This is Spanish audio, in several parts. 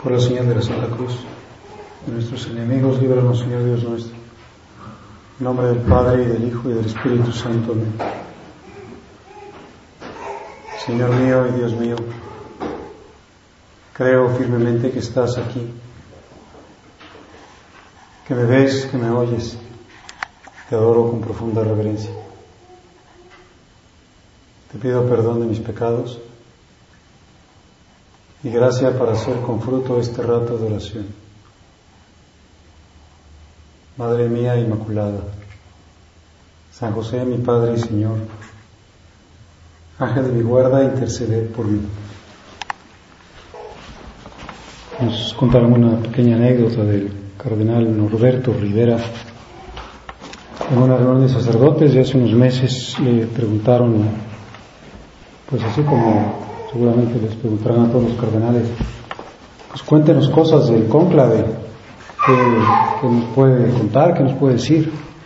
Por la señal de la Santa Cruz de nuestros enemigos, líbranos, Señor Dios nuestro. En nombre del Padre, y del Hijo, y del Espíritu Santo. Amén. Señor mío y Dios mío, creo firmemente que estás aquí, que me ves, que me oyes. Te adoro con profunda reverencia. Te pido perdón de mis pecados y gracia para hacer con fruto este rato de oración. Madre mía Inmaculada, San José, mi Padre y Señor, Ángel de mi guarda, interceded por mí. Nos contaron una pequeña anécdota del cardenal Norberto Rivera. En una reunión de sacerdotes de hace unos meses le preguntaron, pues así como seguramente les preguntarán a todos los cardenales, pues cuéntenos cosas del cónclave, que nos puede contar, que nos puede decir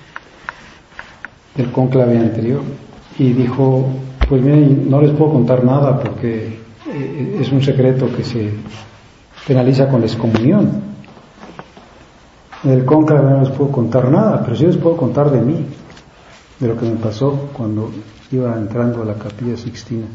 del cónclave anterior. Y dijo, pues miren, no les puedo contar nada porque es un secreto que se penaliza con la excomunión. Del cónclave no les puedo contar nada, pero sí les puedo contar de mí, de lo que me pasó cuando iba entrando a la Capilla Sixtina.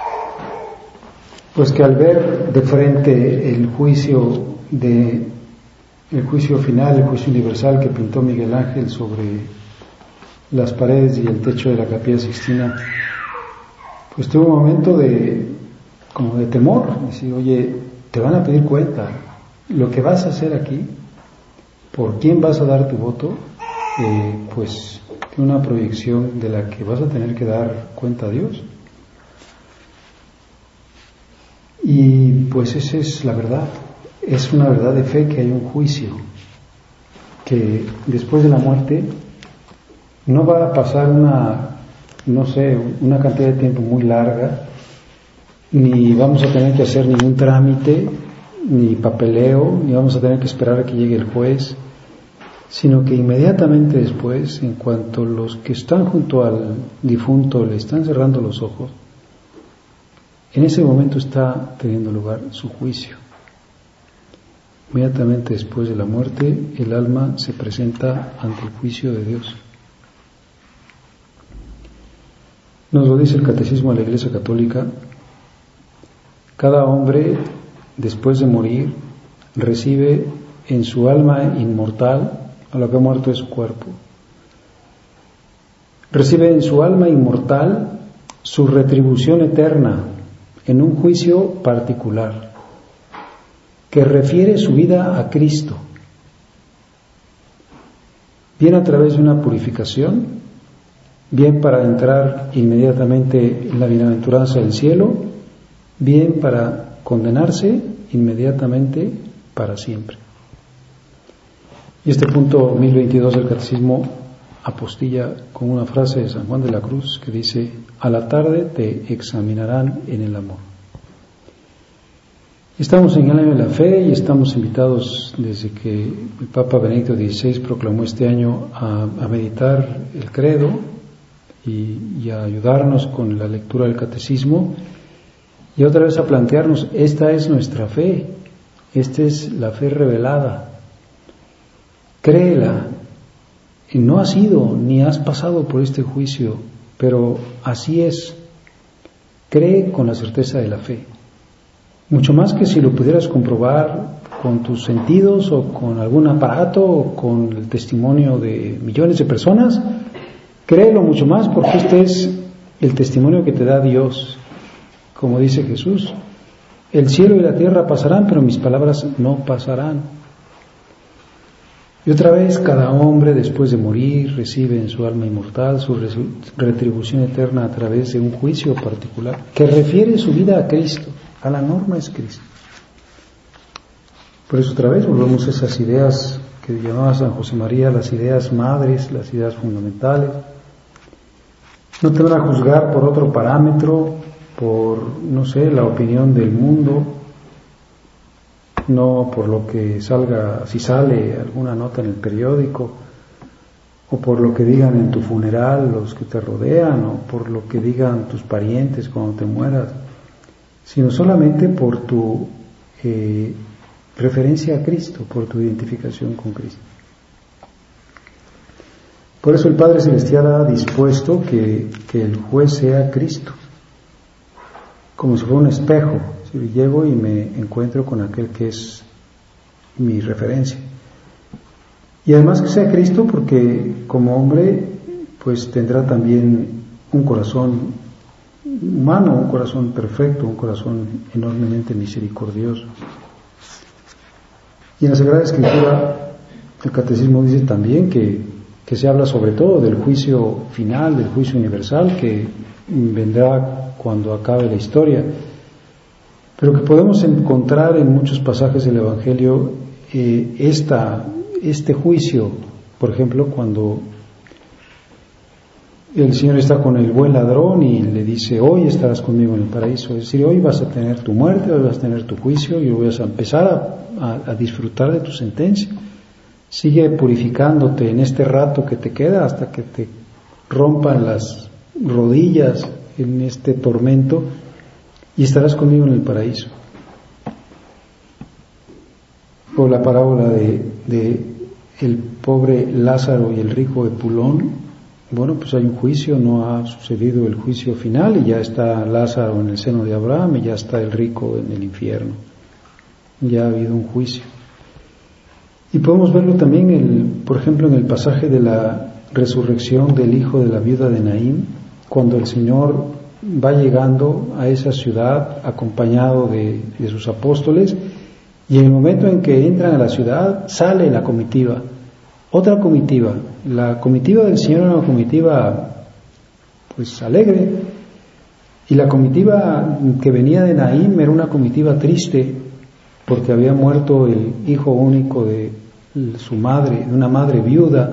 Pues que al ver de frente el juicio final, el juicio universal que pintó Miguel Ángel sobre las paredes y el techo de la Capilla Sixtina, pues tuve un momento como de temor, decir, oye, te van a pedir cuenta, lo que vas a hacer aquí, por quién vas a dar tu voto, pues tiene una proyección de la que vas a tener que dar cuenta a Dios. Y pues esa es la verdad, es una verdad de fe que hay un juicio, que después de la muerte no va a pasar una cantidad de tiempo muy larga, ni vamos a tener que hacer ningún trámite, ni papeleo, ni vamos a tener que esperar a que llegue el juez, sino que inmediatamente después, en cuanto los que están junto al difunto le están cerrando los ojos, en ese momento está teniendo lugar su juicio. Inmediatamente después de la muerte, el alma se presenta ante el juicio de Dios. Nos lo dice el Catecismo de la Iglesia Católica. Cada hombre, después de morir, recibe en su alma inmortal, a lo que ha muerto es su cuerpo, recibe en su alma inmortal su retribución eterna en un juicio particular que refiere su vida a Cristo, bien a través de una purificación, bien para entrar inmediatamente en la bienaventuranza del cielo, bien para condenarse inmediatamente para siempre. Y este punto 1022 del Catecismo apostilla con una frase de San Juan de la Cruz que dice: a la tarde te examinarán en el amor. Estamos en el año de la fe y estamos invitados desde que el Papa Benedicto XVI proclamó este año a meditar el credo y a ayudarnos con la lectura del catecismo y otra vez a plantearnos, esta es nuestra fe, esta es la fe revelada, créela. Y no has ido ni has pasado por este juicio, pero así es. Cree con la certeza de la fe. Mucho más que si lo pudieras comprobar con tus sentidos o con algún aparato o con el testimonio de millones de personas, créelo mucho más porque este es el testimonio que te da Dios. Como dice Jesús, el cielo y la tierra pasarán, pero mis palabras no pasarán. Y otra vez, cada hombre después de morir recibe en su alma inmortal su retribución eterna a través de un juicio particular que refiere su vida a Cristo, a la norma es Cristo. Por eso otra vez volvemos a esas ideas que llamaba San José María las ideas madres, las ideas fundamentales. No te van a juzgar por otro parámetro, por, la opinión del mundo, no por lo que salga, si sale alguna nota en el periódico, o por lo que digan en tu funeral los que te rodean, o por lo que digan tus parientes cuando te mueras, sino solamente por tu referencia a Cristo, por tu identificación con Cristo. Por eso el Padre Celestial ha dispuesto que el juez sea Cristo, como si fuera un espejo. Si llego y me encuentro con aquel que es mi referencia. Y además que sea Cristo, porque como hombre pues tendrá también un corazón humano, un corazón perfecto, un corazón enormemente misericordioso. Y en la Sagrada Escritura el Catecismo dice también que se habla sobre todo del juicio final, del juicio universal que vendrá cuando acabe la historia, pero que podemos encontrar en muchos pasajes del Evangelio este juicio, por ejemplo, cuando el Señor está con el buen ladrón y le dice: hoy estarás conmigo en el paraíso, es decir, hoy vas a tener tu muerte, hoy vas a tener tu juicio y vas a empezar a disfrutar de tu sentencia. Sigue purificándote en este rato que te queda hasta que te rompan las rodillas en este tormento y estarás conmigo en el paraíso. O la parábola de el pobre Lázaro y el rico Epulón. Bueno, pues hay un juicio, no ha sucedido el juicio final y ya está Lázaro en el seno de Abraham y ya está el rico en el infierno. Ya ha habido un juicio. Y podemos verlo también, por ejemplo, en el pasaje de la resurrección del hijo de la viuda de Naín, cuando el Señor va llegando a esa ciudad acompañado de sus apóstoles, y en el momento en que entran a la ciudad sale la comitiva, otra comitiva. La comitiva del Señor era una comitiva pues alegre, y la comitiva que venía de Naín era una comitiva triste, porque había muerto el hijo único de su madre, de una madre viuda,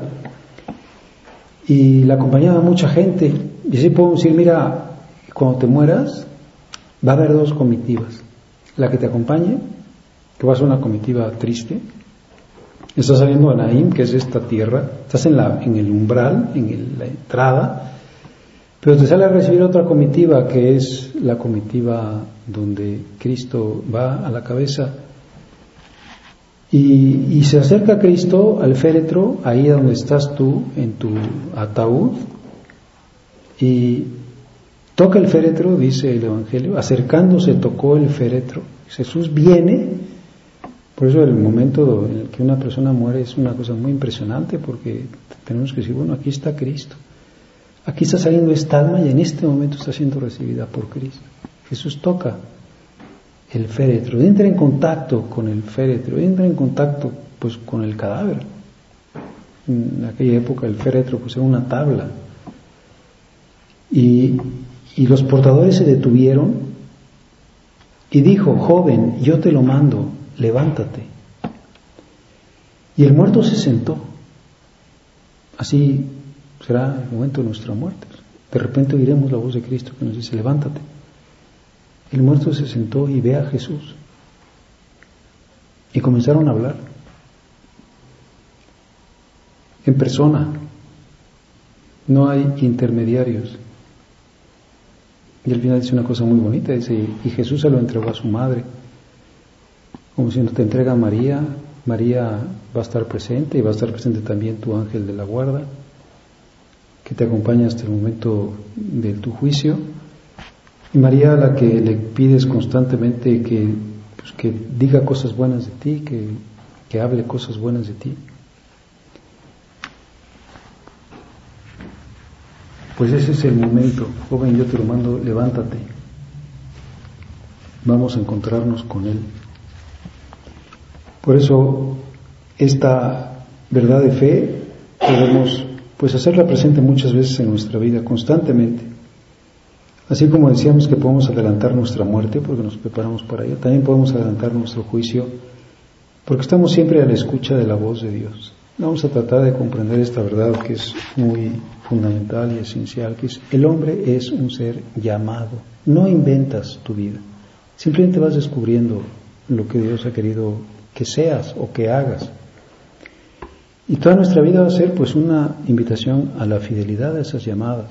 y la acompañaba mucha gente. Y así podemos decir: mira, cuando te mueras va a haber dos comitivas, la que te acompañe, que va a ser una comitiva triste, estás saliendo a Naín, que es esta tierra, estás en el umbral, en la entrada, pero te sale a recibir otra comitiva, que es la comitiva donde Cristo va a la cabeza. Y se acerca a Cristo al féretro, ahí donde estás tú, en tu ataúd, y toca el féretro, dice el Evangelio, acercándose tocó el féretro. Jesús viene. Por eso el momento en el que una persona muere es una cosa muy impresionante, porque tenemos que decir: bueno, aquí está Cristo, aquí está saliendo esta alma y en este momento está siendo recibida por Cristo. Jesús toca el féretro, entra en contacto con el féretro, entra en contacto pues con el cadáver. En aquella época el féretro pues era una tabla, y los portadores se detuvieron y dijo: joven, yo te lo mando, levántate. Y el muerto se sentó. Así será el momento de nuestra muerte. De repente oiremos la voz de Cristo que nos dice: levántate. El muerto se sentó y ve a Jesús. Y comenzaron a hablar en persona. No hay intermediarios. Y al final dice una cosa muy bonita, dice: y Jesús se lo entregó a su madre, como diciendo: te entrega a María, María va a estar presente, y va a estar presente también tu ángel de la guarda, que te acompaña hasta el momento de tu juicio. Y María, a la que le pides constantemente que diga cosas buenas de ti, que hable cosas buenas de ti. Pues ese es el momento: joven, yo te lo mando, levántate. Vamos a encontrarnos con Él. Por eso esta verdad de fe podemos pues hacerla presente muchas veces en nuestra vida, constantemente. Así como decíamos que podemos adelantar nuestra muerte porque nos preparamos para ella, también podemos adelantar nuestro juicio porque estamos siempre a la escucha de la voz de Dios. Vamos a tratar de comprender esta verdad que es muy fundamental y esencial, que es: el hombre es un ser llamado. No inventas tu vida, simplemente vas descubriendo lo que Dios ha querido que seas o que hagas. Y toda nuestra vida va a ser pues una invitación a la fidelidad a esas llamadas.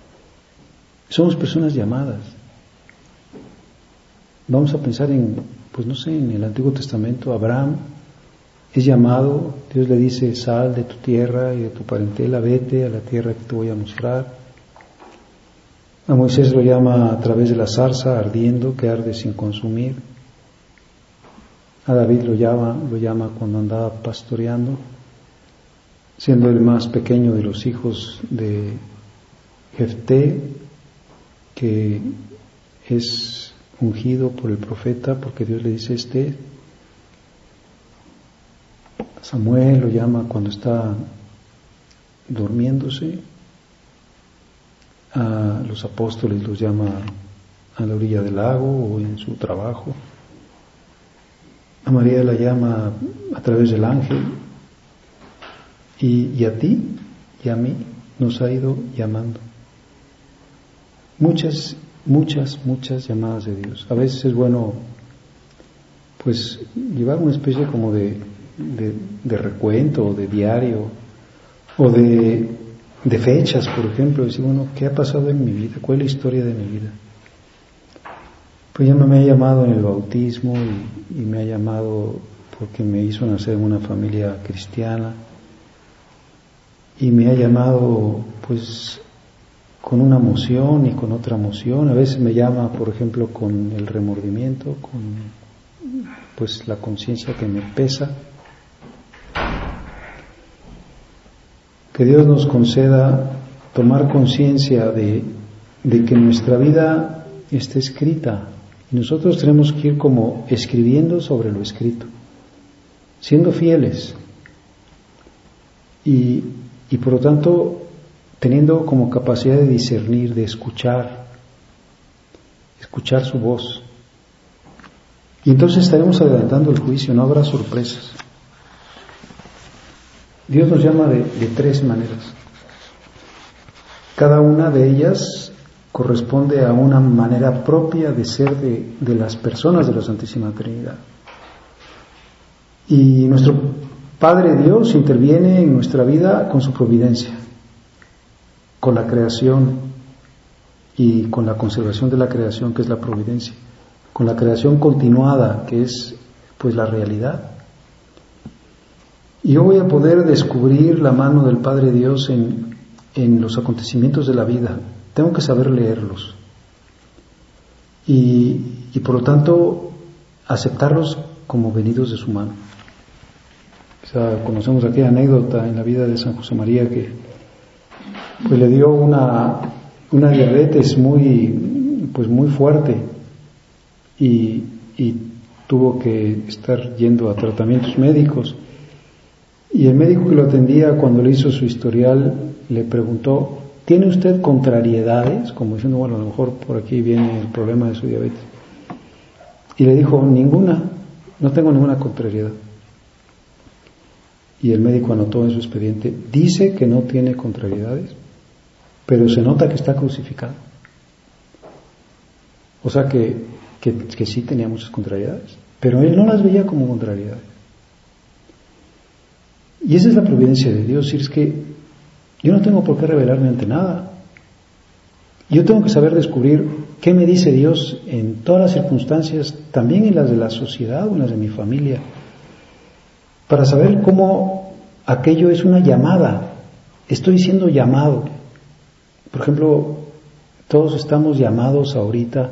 Somos personas llamadas. Vamos a pensar en pues no sé, en el Antiguo Testamento, Abraham es llamado, Dios le dice, sal de tu tierra y de tu parentela, vete a la tierra que te voy a mostrar. A Moisés lo llama a través de la zarza ardiendo, que arde sin consumir. A David lo llama cuando andaba pastoreando, siendo el más pequeño de los hijos de Jefté, que es ungido por el profeta, porque Dios le dice Samuel lo llama cuando está durmiéndose. A los apóstoles los llama a la orilla del lago o en su trabajo. A María la llama a través del ángel. Y a ti y a mí nos ha ido llamando. Muchas llamadas de Dios. A veces es bueno pues llevar una especie como de recuento o de diario o de fechas, por ejemplo, decir, bueno, ¿qué ha pasado en mi vida? ¿Cuál es la historia de mi vida? Pues ya me ha llamado en el bautismo y me ha llamado porque me hizo nacer en una familia cristiana y me ha llamado pues con una emoción y con otra emoción. A veces me llama, por ejemplo, con el remordimiento, con pues la conciencia que me pesa. Que Dios nos conceda tomar conciencia de que nuestra vida está escrita y nosotros tenemos que ir como escribiendo sobre lo escrito, siendo fieles y por lo tanto teniendo como capacidad de discernir, de escuchar su voz. Y entonces estaremos adelantando el juicio, no habrá sorpresas. Dios nos llama de tres maneras. Cada una de ellas corresponde a una manera propia de ser de las personas de la Santísima Trinidad. Y nuestro Padre Dios interviene en nuestra vida con su providencia, con la creación y con la conservación de la creación, que es la providencia, con la creación continuada, que es pues la realidad. Y yo voy a poder descubrir la mano del Padre Dios en los acontecimientos de la vida. Tengo que saber leerlos y por lo tanto aceptarlos como venidos de su mano. O sea, conocemos aquella anécdota en la vida de San José María que pues le dio una diabetes muy fuerte y tuvo que estar yendo a tratamientos médicos. Y el médico que lo atendía, cuando le hizo su historial, le preguntó, ¿tiene usted contrariedades? Como diciendo, bueno, a lo mejor por aquí viene el problema de su diabetes. Y le dijo, ninguna, no tengo ninguna contrariedad. Y el médico anotó en su expediente, dice que no tiene contrariedades, pero se nota que está crucificado. O sea que sí tenía muchas contrariedades, pero él no las veía como contrariedades. Y esa es la providencia de Dios, es que yo no tengo por qué rebelarme ante nada. Yo tengo que saber descubrir qué me dice Dios en todas las circunstancias, también en las de la sociedad o en las de mi familia, para saber cómo aquello es una llamada. Estoy siendo llamado. Por ejemplo, todos estamos llamados ahorita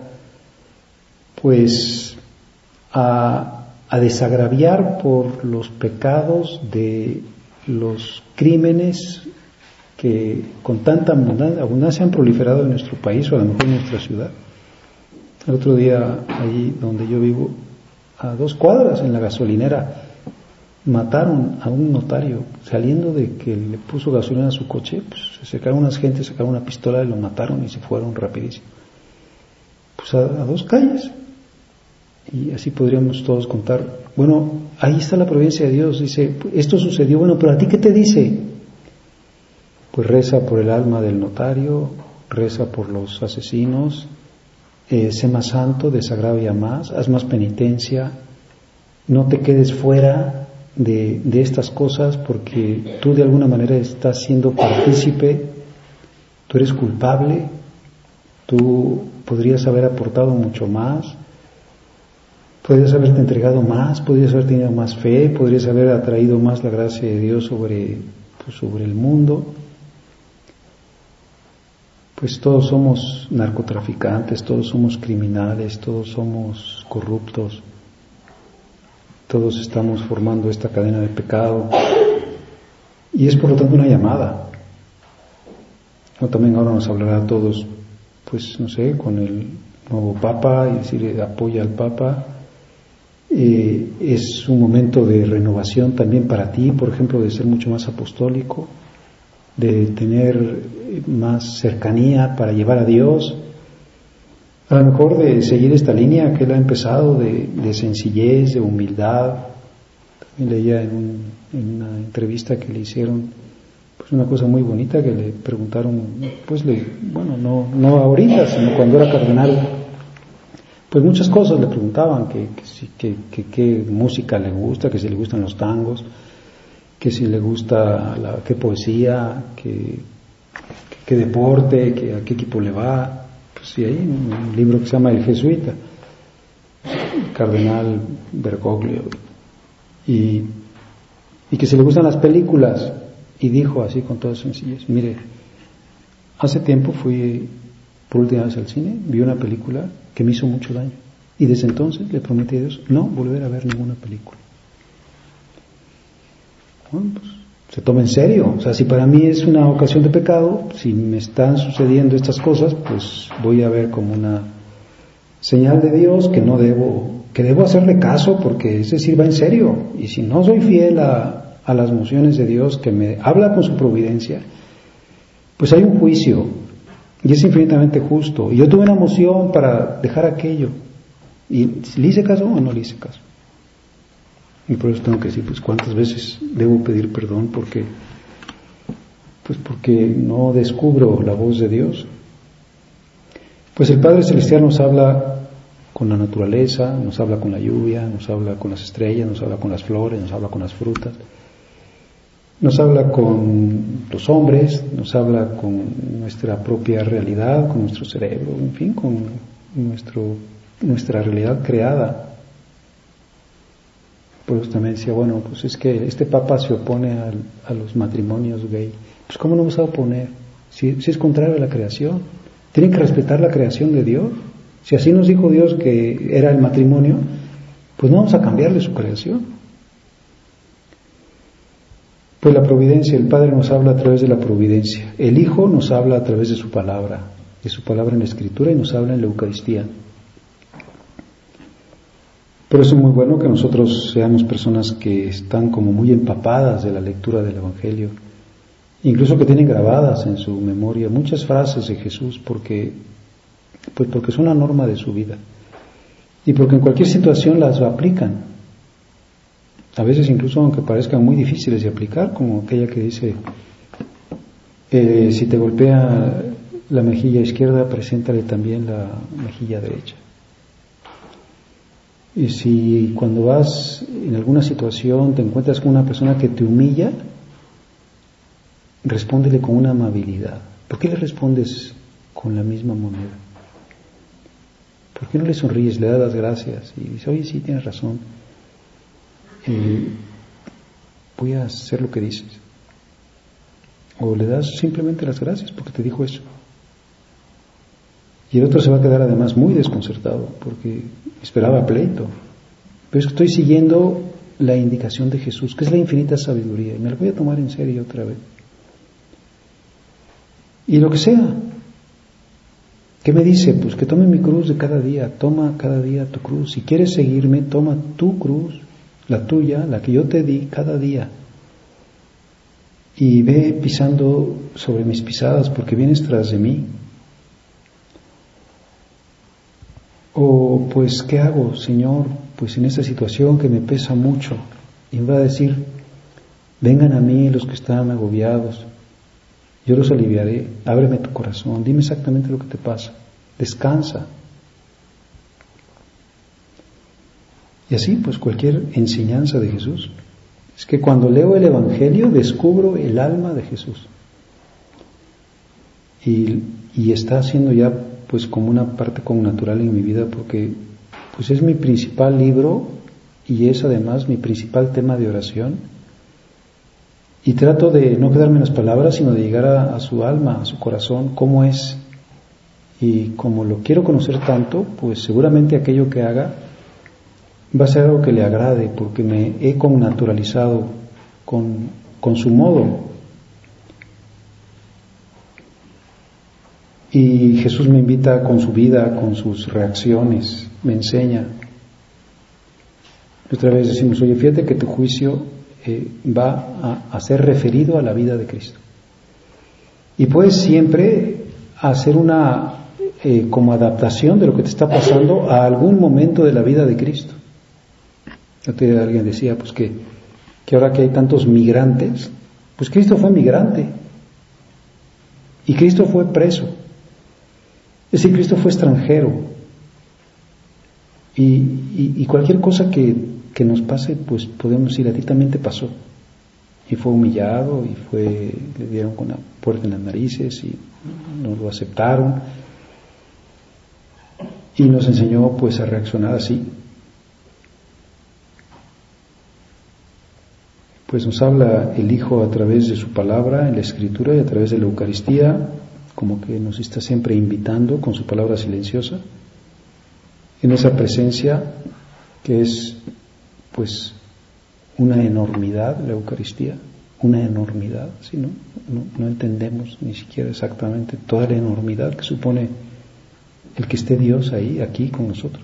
pues a desagraviar por los pecados de los crímenes que con tanta abundancia han proliferado en nuestro país o a lo mejor en nuestra ciudad. El otro día, allí donde yo vivo, a 2 cuadras en la gasolinera, mataron a un notario saliendo de que le puso gasolina a su coche. Pues se acercaron unas gentes, sacaron una pistola y lo mataron y se fueron rapidísimo. Pues a 2 calles. Y así podríamos todos contar. Bueno, ahí está la providencia de Dios. Dice, esto sucedió, bueno, pero ¿a ti qué te dice? Pues reza por el alma del notario, reza por los asesinos, sé más santo, desagravia más, haz más penitencia, no te quedes fuera de estas cosas porque tú de alguna manera estás siendo partícipe, tú eres culpable, tú podrías haber aportado mucho más. Podrías haberte entregado más, podrías haber tenido más fe, podrías haber atraído más la gracia de Dios sobre el mundo. Pues todos somos narcotraficantes, todos somos criminales, todos somos corruptos, todos estamos formando esta cadena de pecado y es por lo tanto una llamada. O también ahora nos hablará a todos, pues no sé, con el nuevo Papa y decir apoya al Papa. Es un momento de renovación también para ti, por ejemplo, de ser mucho más apostólico, de tener más cercanía para llevar a Dios, a lo mejor de seguir esta línea que él ha empezado de sencillez, de humildad. También leía en una entrevista que le hicieron, pues una cosa muy bonita que le preguntaron, pues no ahorita, sino cuando era cardenal, pues muchas cosas le preguntaban, qué música le gusta, que si le gustan los tangos, que si le gusta qué poesía, qué deporte, a qué equipo le va. Pues sí, hay un libro que se llama El Jesuita, el cardenal Bergoglio, y que si le gustan las películas, y dijo así con toda sencillez, mire, hace tiempo fui por última vez al cine, vi una película que me hizo mucho daño, y desde entonces le prometí a Dios no volver a ver ninguna película. Bueno, pues se toma en serio. O sea, si para mí es una ocasión de pecado, si me están sucediendo estas cosas, pues voy a ver como una señal de Dios que debo hacerle caso, porque es decir, va en serio. Y si no soy fiel a las mociones de Dios, que me habla con su providencia, pues hay un juicio, y es infinitamente justo. Y yo tuve una moción para dejar aquello, y ¿le hice caso o no le hice caso? Y por eso tengo que decir, pues cuántas veces debo pedir perdón porque no descubro la voz de Dios. Pues el Padre Celestial nos habla con la naturaleza, nos habla con la lluvia, nos habla con las estrellas, nos habla con las flores, nos habla con las frutas, nos habla con los hombres, nos habla con nuestra propia realidad, con nuestro cerebro, en fin, con nuestra realidad creada. Por eso también decía, bueno, pues es que este Papa se opone a los matrimonios gay. Pues ¿cómo no vas a oponer? Si es contrario a la creación. Tienen que respetar la creación de Dios. Si así nos dijo Dios que era el matrimonio, pues no vamos a cambiarle su creación. Pues la providencia, el Padre nos habla a través de la providencia. El Hijo nos habla a través de su palabra en la Escritura y nos habla en la Eucaristía. Pero es muy bueno que nosotros seamos personas que están como muy empapadas de la lectura del Evangelio, incluso que tienen grabadas en su memoria muchas frases de Jesús porque son la norma de su vida y porque en cualquier situación las aplican. A veces incluso aunque parezcan muy difíciles de aplicar, como aquella que dice, si te golpea la mejilla izquierda, preséntale también la mejilla derecha. Y si cuando vas en alguna situación te encuentras con una persona que te humilla, respóndele con una amabilidad. ¿Por qué le respondes con la misma moneda? ¿Por qué no le sonríes, le das las gracias y dices, oye, sí, tienes razón, voy a hacer lo que dices? O le das simplemente las gracias porque te dijo eso. Y el otro se va a quedar además muy desconcertado porque esperaba pleito. Pero es que estoy siguiendo la indicación de Jesús, que es la infinita sabiduría, y me la voy a tomar en serio otra vez. Y lo que sea. ¿Qué me dice? Pues que tome mi cruz de cada día. Toma cada día tu cruz. Si quieres seguirme, toma tu cruz, la tuya, la que yo te di cada día. Y ve pisando sobre mis pisadas porque vienes tras de mí. O pues, ¿qué hago, Señor? Pues en esta situación que me pesa mucho. Y me va a decir, vengan a mí los que están agobiados, yo los aliviaré, ábreme tu corazón, dime exactamente lo que te pasa, descansa. Y así, pues cualquier enseñanza de Jesús. Es que cuando leo el Evangelio descubro el alma de Jesús. Y está haciendo ya pues como una parte connatural en mi vida porque pues es mi principal libro y es además mi principal tema de oración. Y trato de no quedarme en las palabras, sino de llegar a su alma, a su corazón, cómo es. Y como lo quiero conocer tanto, pues seguramente aquello que haga va a ser algo que le agrade, porque me he connaturalizado con su modo. Y Jesús me invita con su vida, con sus reacciones, me enseña. Otra vez decimos, oye, fíjate que tu juicio va a ser referido a la vida de Cristo. Y puedes siempre hacer una como adaptación de lo que te está pasando a algún momento de la vida de Cristo. Alguien decía pues que ahora que hay tantos migrantes, pues Cristo fue migrante y Cristo fue preso, es decir, Cristo fue extranjero y cualquier cosa que nos pase, pues podemos decir, a ti también te pasó, y fue humillado y le dieron con la puerta en las narices y no lo aceptaron, y nos enseñó pues a reaccionar así. Pues nos habla el Hijo a través de su palabra en la Escritura y a través de la Eucaristía, como que nos está siempre invitando con su palabra silenciosa, en esa presencia que es pues una enormidad, la Eucaristía, una enormidad, ¿sí? No entendemos ni siquiera exactamente toda la enormidad que supone el que esté Dios ahí, aquí con nosotros.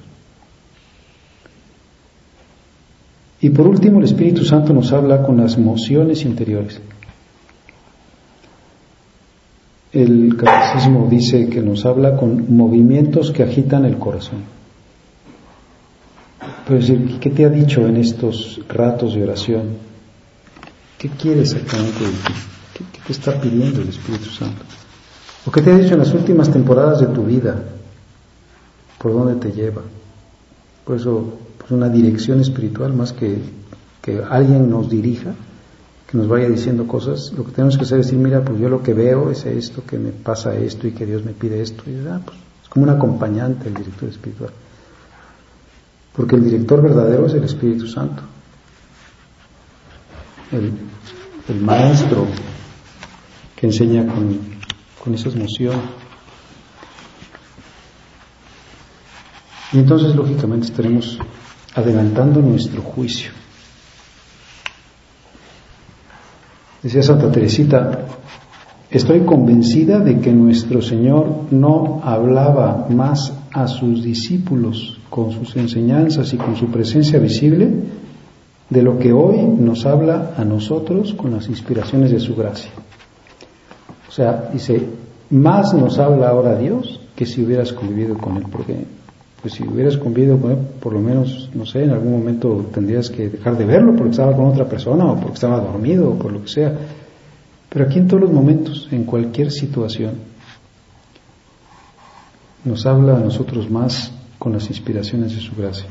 Y por último, el Espíritu Santo nos habla con las emociones interiores. El catecismo dice que nos habla con movimientos que agitan el corazón. Pero es decir, ¿qué te ha dicho en estos ratos de oración? ¿Qué quiere exactamente de ti? ¿Qué te está pidiendo el Espíritu Santo? ¿O qué te ha dicho en las últimas temporadas de tu vida? ¿Por dónde te lleva? Por eso, pues una dirección espiritual, más que alguien nos dirija, que nos vaya diciendo cosas, lo que tenemos que hacer es decir, mira, pues yo lo que veo es esto, que me pasa esto y que Dios me pide esto. Y pues es como un acompañante el director espiritual. Porque el director verdadero es el Espíritu Santo, el maestro que enseña con esa emoción. Y entonces lógicamente estaremos adelantando nuestro juicio. Decía Santa Teresita, estoy convencida de que nuestro Señor no hablaba más a sus discípulos con sus enseñanzas y con su presencia visible de lo que hoy nos habla a nosotros con las inspiraciones de su gracia. O sea, dice, más nos habla ahora Dios que si hubieras convivido con Él, porque pues si hubieras convivido con Él, por lo menos, no sé, en algún momento tendrías que dejar de verlo porque estaba con otra persona o porque estaba dormido o por lo que sea. Pero aquí en todos los momentos, en cualquier situación, nos habla a nosotros más con las inspiraciones de su gracia.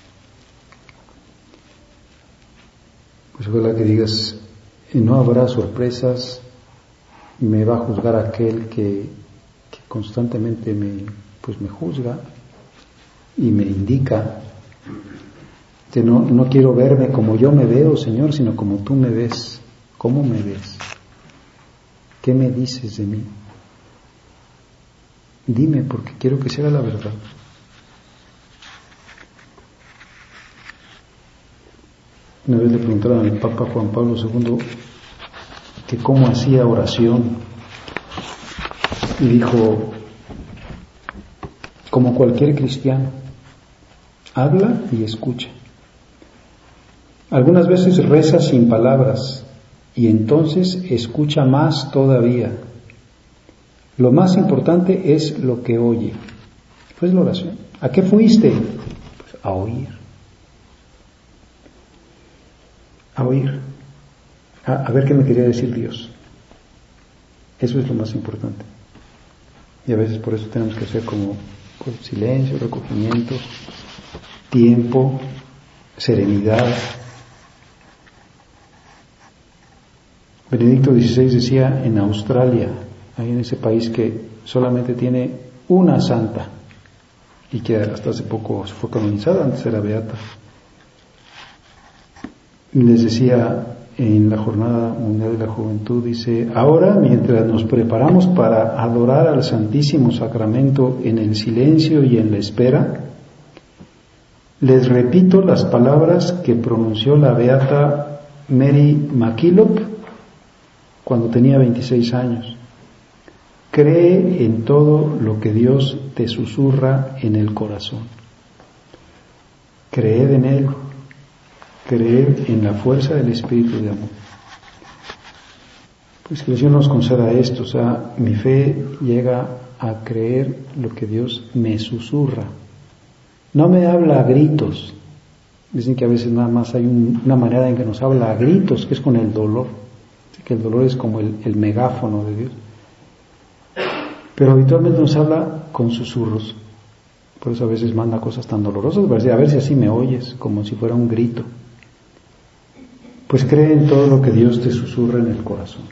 Pues ojalá que digas, no habrá sorpresas, me va a juzgar aquel que constantemente me juzga y me indica que no quiero verme como yo me veo, Señor, sino como tú me ves. ¿Cómo me ves? ¿Qué me dices de mí? Dime, porque quiero que sea la verdad. Una vez le preguntaron al Papa Juan Pablo II que cómo hacía oración y dijo, como cualquier cristiano, habla y escucha. Algunas veces reza sin palabras y entonces escucha más todavía. Lo más importante es lo que oye. Pues la oración. ¿A qué fuiste? Pues a oír. A oír. A ver qué me quería decir Dios. Eso es lo más importante. Y a veces por eso tenemos que hacer como silencio, recogimiento, tiempo, serenidad. Benedicto XVI decía en Australia, ahí en ese país que solamente tiene una santa, y que hasta hace poco fue canonizada, antes era beata. Les decía en la Jornada Mundial de la Juventud, dice: ahora, mientras nos preparamos para adorar al Santísimo Sacramento en el silencio y en la espera, les repito las palabras que pronunció la beata Mary MacKillop cuando tenía 26 años. Cree en todo lo que Dios te susurra en el corazón. Creed en Él. Creed en la fuerza del Espíritu de amor. Pues que el Señor nos conceda esto, o sea, mi fe llega a creer lo que Dios me susurra. No me habla a gritos. Dicen que a veces nada más hay una manera en que nos habla a gritos, que es con el dolor. Así que el dolor es como el megáfono de Dios. Pero habitualmente nos habla con susurros. Por eso a veces manda cosas tan dolorosas, para decir, a ver si así me oyes, como si fuera un grito. Pues cree en todo lo que Dios te susurra en el corazón.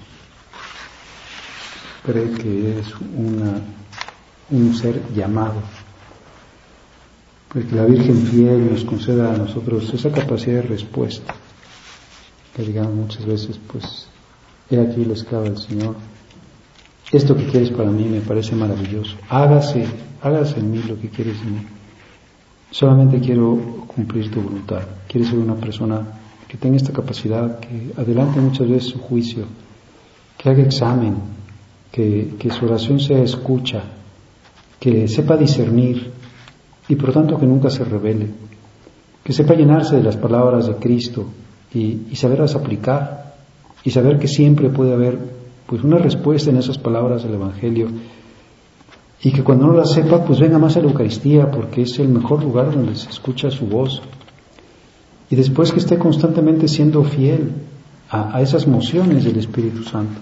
Cree que eres un ser llamado. Pues que la Virgen fiel nos conceda a nosotros esa capacidad de respuesta. Que digamos muchas veces, pues, he aquí la esclava del Señor. Esto que quieres para mí me parece maravilloso. Hágase en mí lo que quieres de mí. Solamente quiero cumplir tu voluntad. Quiero ser una persona que tenga esta capacidad, que adelante muchas veces su juicio, que haga examen, que su oración sea escucha, que sepa discernir y por lo tanto que nunca se rebele, que sepa llenarse de las palabras de Cristo y saberlas aplicar y saber que siempre puede haber pues una respuesta en esas palabras del Evangelio, y que cuando no las sepa pues venga más a la Eucaristía, porque es el mejor lugar donde se escucha su voz, y después que esté constantemente siendo fiel a esas mociones del Espíritu Santo.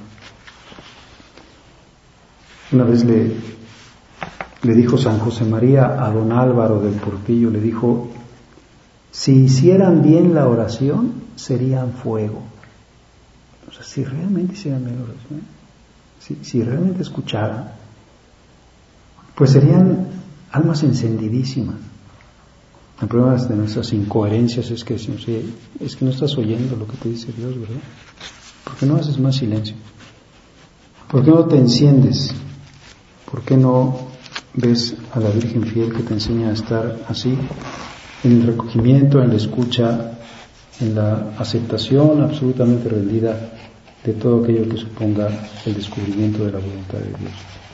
Una vez le dijo San José María a don Álvaro del Portillo, le dijo: si hicieran bien la oración serían fuego. O sea, si realmente hicieran bien la oración, si realmente escucharan, pues serían almas encendidísimas. El problema de nuestras incoherencias es que decimos: oye, es que no estás oyendo lo que te dice Dios, ¿verdad? ¿Por qué no haces más silencio? ¿Por qué no te enciendes? ¿Por qué no ves a la Virgen fiel que te enseña a estar así, en el recogimiento, en la escucha, en la aceptación absolutamente rendida de todo aquello que suponga el descubrimiento de la voluntad de Dios?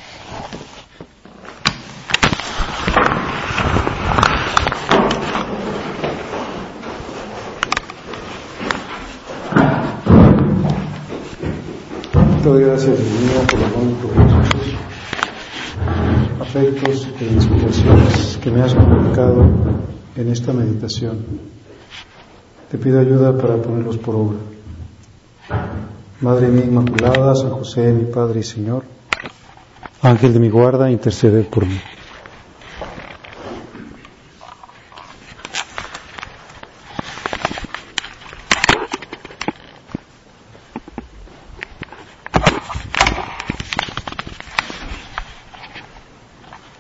Te doy gracias, Dios mío, por los buenos afectos e inspiraciones que me has comunicado en esta meditación. Te pido ayuda para ponerlos por obra. Madre mía Inmaculada, San José, mi Padre y Señor, Ángel de mi guarda, intercede por mí.